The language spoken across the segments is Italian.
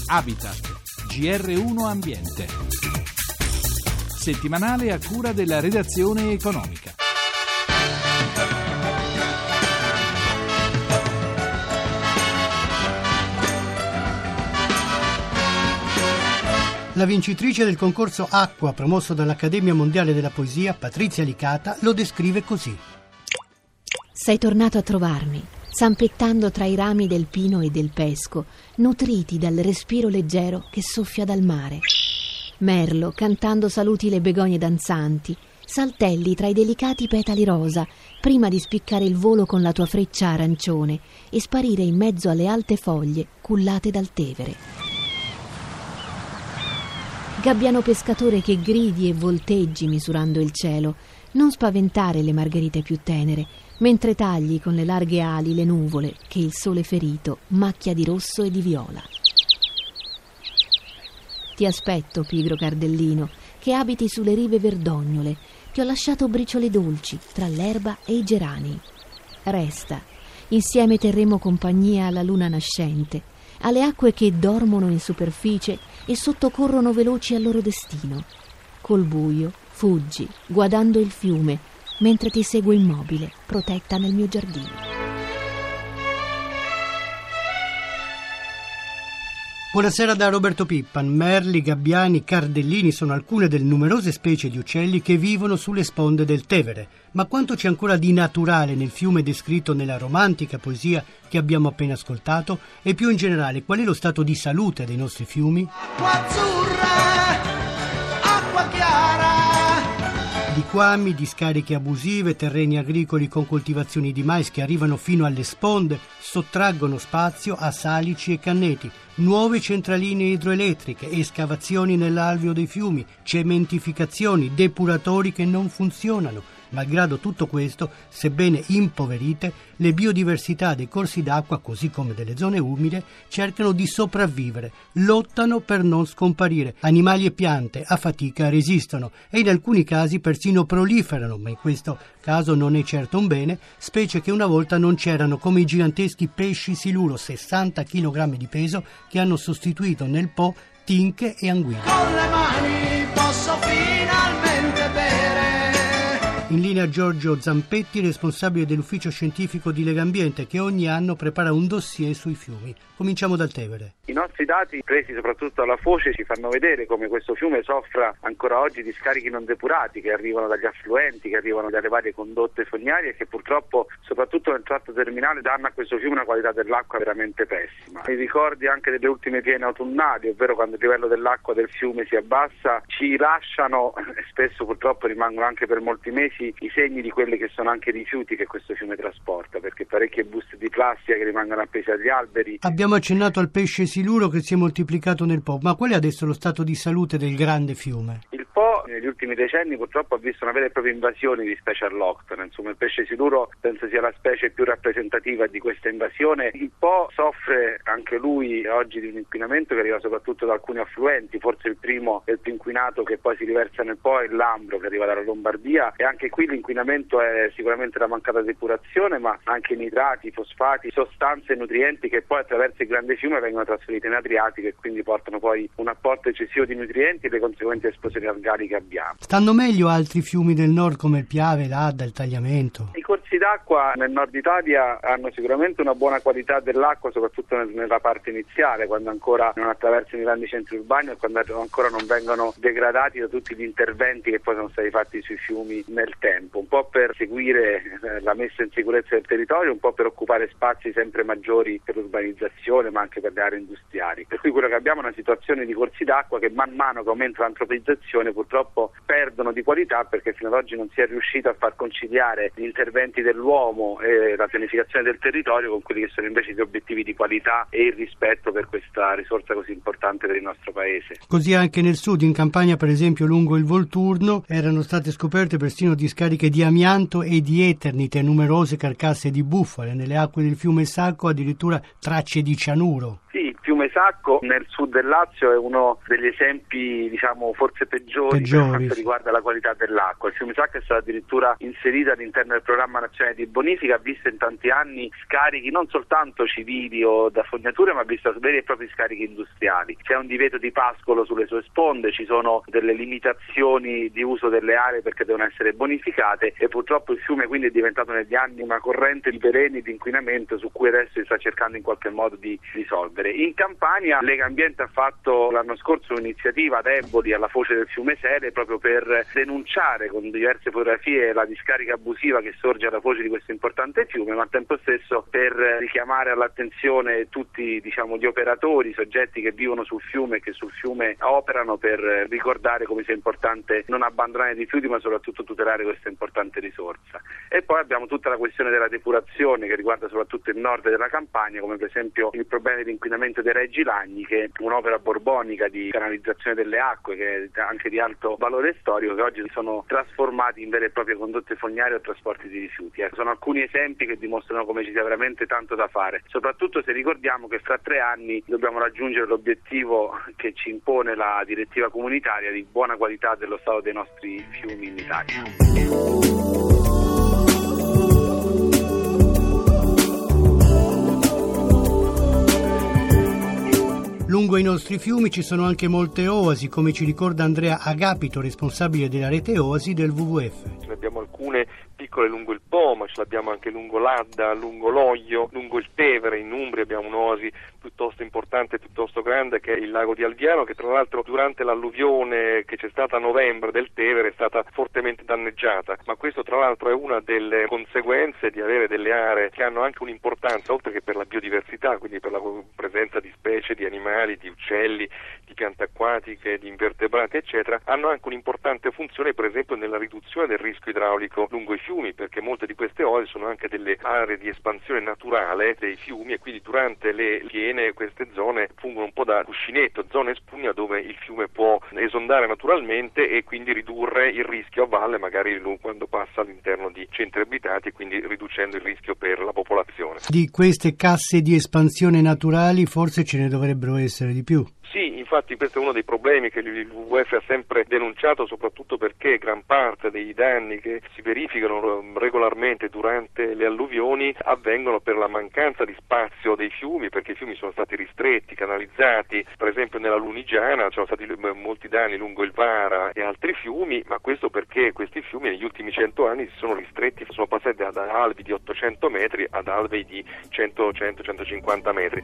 Habitat, GR1 Ambiente. Settimanale a cura della redazione economica. La vincitrice del concorso Acqua promosso dall'Accademia Mondiale della Poesia, Patrizia Licata, lo descrive così. Sei tornato a trovarmi, zampettando tra i rami del pino e del pesco, nutriti dal respiro leggero che soffia dal mare. Merlo cantando saluti le begonie danzanti, saltelli tra i delicati petali rosa, prima di spiccare il volo con la tua freccia arancione e sparire in mezzo alle alte foglie cullate dal Tevere. Gabbiano pescatore che gridi e volteggi misurando il cielo, non spaventare le margherite più tenere, mentre tagli con le larghe ali le nuvole che il sole ferito macchia di rosso e di viola. Ti aspetto, pigro cardellino, che abiti sulle rive verdognole. Ti ho lasciato briciole dolci tra l'erba e i gerani. Resta, insieme terremo compagnia alla luna nascente, alle acque che dormono in superficie e sottocorrono veloci al loro destino. Col buio fuggi, guardando il fiume, mentre ti seguo immobile, protetta nel mio giardino. Buonasera da Roberto Pippan. Merli, gabbiani, cardellini sono alcune delle numerose specie di uccelli che vivono sulle sponde del Tevere. Ma quanto c'è ancora di naturale nel fiume descritto nella romantica poesia che abbiamo appena ascoltato? E più in generale, qual è lo stato di salute dei nostri fiumi? Acqua azzurra, acqua chiara. Liquami, discariche abusive, terreni agricoli con coltivazioni di mais che arrivano fino alle sponde, sottraggono spazio a salici e canneti, nuove centraline idroelettriche, escavazioni nell'alveo dei fiumi, cementificazioni, depuratori che non funzionano. Malgrado tutto questo, sebbene impoverite, le biodiversità dei corsi d'acqua, così come delle zone umide, cercano di sopravvivere, lottano per non scomparire. Animali e piante a fatica resistono e in alcuni casi persino proliferano, ma in questo caso non è certo un bene, specie che una volta non c'erano, come i giganteschi pesci siluro, 60 kg di peso, che hanno sostituito nel Po tinche e anguille. Con le mani posso finalmente bere. In linea Giorgio Zampetti, responsabile dell'ufficio scientifico di Legambiente, che ogni anno prepara un dossier sui fiumi. Cominciamo dal Tevere. I nostri dati, presi soprattutto dalla foce, ci fanno vedere come questo fiume soffra ancora oggi di scarichi non depurati che arrivano dagli affluenti, che arrivano dalle varie condotte fognarie e che purtroppo, soprattutto nel tratto terminale, danno a questo fiume una qualità dell'acqua veramente pessima. I ricordi anche delle ultime piene autunnali, ovvero quando il livello dell'acqua del fiume si abbassa, ci lasciano, e spesso purtroppo rimangono anche per molti mesi, i segni di quelli che sono anche rifiuti che questo fiume trasporta, perché parecchie buste di plastica che rimangono appese agli alberi. Abbiamo accennato al pesce siluro che si è moltiplicato nel Po, ma qual è adesso lo stato di salute del grande fiume? Il Po negli ultimi decenni purtroppo ha visto una vera e propria invasione di specie alloctone. Insomma, il pesce siluro penso sia la specie più rappresentativa di questa invasione. Il Po soffre anche lui oggi di un inquinamento che arriva soprattutto da alcuni affluenti, forse il primo e il più inquinato che poi si riversa nel Po è il Lambro, che arriva dalla Lombardia, e anche qui l'inquinamento è sicuramente la mancata depurazione, ma anche nitrati, fosfati, sostanze e nutrienti che poi attraverso il grande fiume vengono trasferiti in Adriatico e quindi portano poi un apporto eccessivo di nutrienti e le conseguenti esplosioni algali che abbiamo. Stanno meglio altri fiumi del nord come il Piave, l'Adda, il Tagliamento? I corsi d'acqua nel nord Italia hanno sicuramente una buona qualità dell'acqua, soprattutto nella parte iniziale, quando ancora non attraversano i grandi centri urbani e quando ancora non vengono degradati da tutti gli interventi che poi sono stati fatti sui fiumi nel tempo, un po' per seguire la messa in sicurezza del territorio, un po' per occupare spazi sempre maggiori per l'urbanizzazione, ma anche per le aree industriali. Per cui quello che abbiamo è una situazione di corsi d'acqua che man mano che aumenta l'antropizzazione purtroppo perdono di qualità, perché fino ad oggi non si è riuscito a far conciliare gli interventi dell'uomo e la pianificazione del territorio con quelli che sono invece gli obiettivi di qualità e il rispetto per questa risorsa così importante per il nostro paese. Così anche nel sud, in Campania per esempio lungo il Volturno, erano state scoperte persino discariche di amianto e di eternite, numerose carcasse di bufale, nelle acque del fiume Sacco addirittura tracce di cianuro. Sì, il fiume fiume Sacco nel sud del Lazio è uno degli esempi, diciamo, forse peggiori per quanto riguarda la qualità dell'acqua. Il fiume Sacco è stato addirittura inserito all'interno del programma nazionale di bonifica, ha visto in tanti anni scarichi non soltanto civili o da fognature, ma ha visto veri e propri scarichi industriali. C'è un divieto di pascolo sulle sue sponde, ci sono delle limitazioni di uso delle aree perché devono essere bonificate, e purtroppo il fiume quindi è diventato negli anni una corrente di veleni, di inquinamento su cui adesso si sta cercando in qualche modo di risolvere. In Campania Lega Ambiente ha fatto l'anno scorso un'iniziativa ad Eboli, alla foce del fiume Sele, proprio per denunciare con diverse fotografie la discarica abusiva che sorge alla foce di questo importante fiume, ma al tempo stesso per richiamare all'attenzione tutti, diciamo, gli operatori, i soggetti che vivono sul fiume e che sul fiume operano, per ricordare come sia importante non abbandonare i rifiuti, ma soprattutto tutelare questa importante risorsa. E poi abbiamo tutta la questione della depurazione, che riguarda soprattutto il nord della Campania, come per esempio il problema dell'inquinamento dei Reggi Lagni, che è un'opera borbonica di canalizzazione delle acque, che è anche di alto valore storico, che oggi sono trasformati in vere e proprie condotte fognarie o trasporti di rifiuti. Sono alcuni esempi che dimostrano come ci sia veramente tanto da fare, soprattutto se ricordiamo che fra 3 anni dobbiamo raggiungere l'obiettivo che ci impone la direttiva comunitaria di buona qualità dello stato dei nostri fiumi in Italia. Lungo i nostri fiumi ci sono anche molte oasi, come ci ricorda Andrea Agapito, responsabile della rete oasi del WWF. Ne abbiamo alcune piccole lungo il Po, ma ce l'abbiamo anche lungo l'Adda, lungo l'Oglio, lungo il Tevere. In Umbria abbiamo un'oasi piuttosto importante, piuttosto grande, che è il lago di Alviano, che tra l'altro durante l'alluvione che c'è stata a novembre del Tevere è stata fortemente danneggiata, ma questo tra l'altro è una delle conseguenze di avere delle aree che hanno anche un'importanza, oltre che per la biodiversità, quindi per la presenza di specie, di animali, di uccelli, di piante acquatiche, di invertebrati eccetera, hanno anche un'importante funzione per esempio nella riduzione del rischio idraulico lungo i fiumi, perché molte di queste oasi sono anche delle aree di espansione naturale dei fiumi, e quindi durante le piene queste zone fungono un po' da cuscinetto, zone spugna dove il fiume può esondare naturalmente e quindi ridurre il rischio a valle, magari quando passa all'interno di centri abitati, quindi riducendo il rischio per la popolazione. Di queste casse di espansione naturali forse ce ne dovrebbero essere di più. Sì, infatti questo è uno dei problemi che il WWF ha sempre denunciato, soprattutto perché gran parte dei danni che si verificano regolarmente durante le alluvioni avvengono per la mancanza di spazio dei fiumi, perché i fiumi sono stati ristretti, canalizzati. Per esempio nella Lunigiana ci sono stati molti danni lungo il Vara e altri fiumi, ma questo perché questi fiumi negli ultimi 100 anni si sono ristretti, sono passati da alvei di 800 metri ad alvei di 100-150 metri.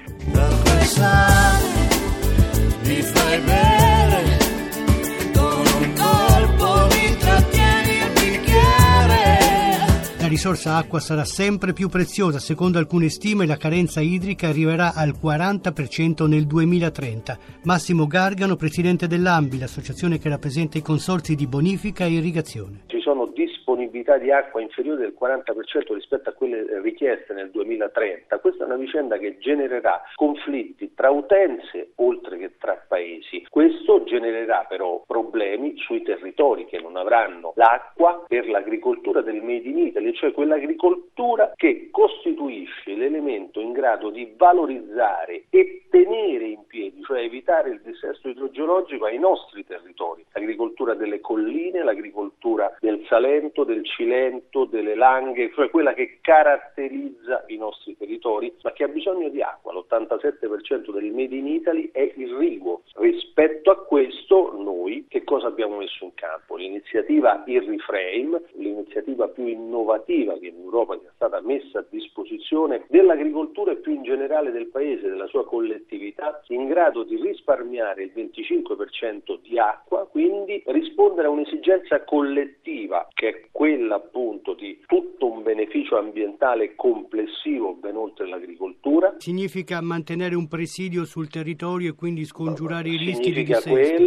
Mi fai bere, con un colpo mi trattieni il bicchiere. La risorsa acqua sarà sempre più preziosa. Secondo alcune stime la carenza idrica arriverà al 40% nel 2030. Massimo Gargano, presidente dell'ANBI, l'associazione che rappresenta i consorzi di bonifica e irrigazione. Ci sono disponibilità di acqua inferiore del 40% rispetto a quelle richieste nel 2030. Questa è una vicenda che genererà conflitti tra utenze oltre che tra paesi. Questo genererà però problemi sui territori che non avranno l'acqua per l'agricoltura del Made in Italy, cioè quell'agricoltura che costituisce l'elemento in grado di valorizzare e tenere in piedi, cioè evitare il dissesto idrogeologico ai nostri territori. L'agricoltura delle colline, l'agricoltura del Salento, del Cilento, delle Langhe, cioè quella che caratterizza i nostri territori, ma che ha bisogno di acqua. L'87% del Made in Italy è irriguo. Rispetto a questo noi che cosa abbiamo messo in campo? L'iniziativa Irriframe, l'iniziativa più innovativa che in Europa sia stata messa a disposizione dell'agricoltura e più in generale del paese, della sua collettività, in grado di risparmiare il 25% di acqua, quindi rispondere a un'esigenza collettiva che è quella appunto di tutto un beneficio ambientale complessivo ben oltre l'agricoltura. Significa mantenere un presidio sul territorio e quindi scongiurare i rischi di dissesto.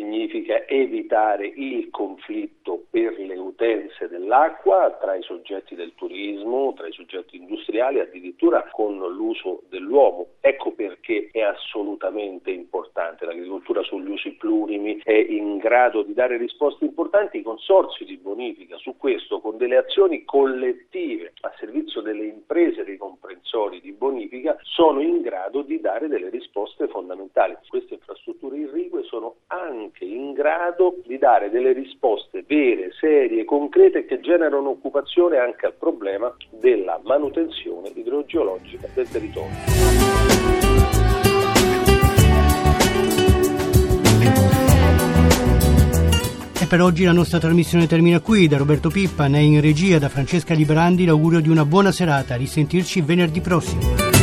significa evitare il conflitto per le utenze dell'acqua tra i soggetti del turismo, tra i soggetti industriali, addirittura con l'uso dell'uomo. Ecco perché è assolutamente importante. L'agricoltura sugli usi plurimi è in grado di dare risposte importanti. I consorzi di bonifica su questo, con delle azioni collettive a servizio delle imprese dei comprensori di bonifica, sono in grado di dare delle risposte fondamentali. Queste infrastrutture irrigue sono anche in grado di dare delle risposte vere, serie, concrete, che generano occupazione anche al problema della manutenzione idrogeologica del territorio. E per oggi la nostra trasmissione termina qui. Da Roberto Pippan e in regia da Francesca Librandi l'augurio di una buona serata. A risentirci venerdì prossimo.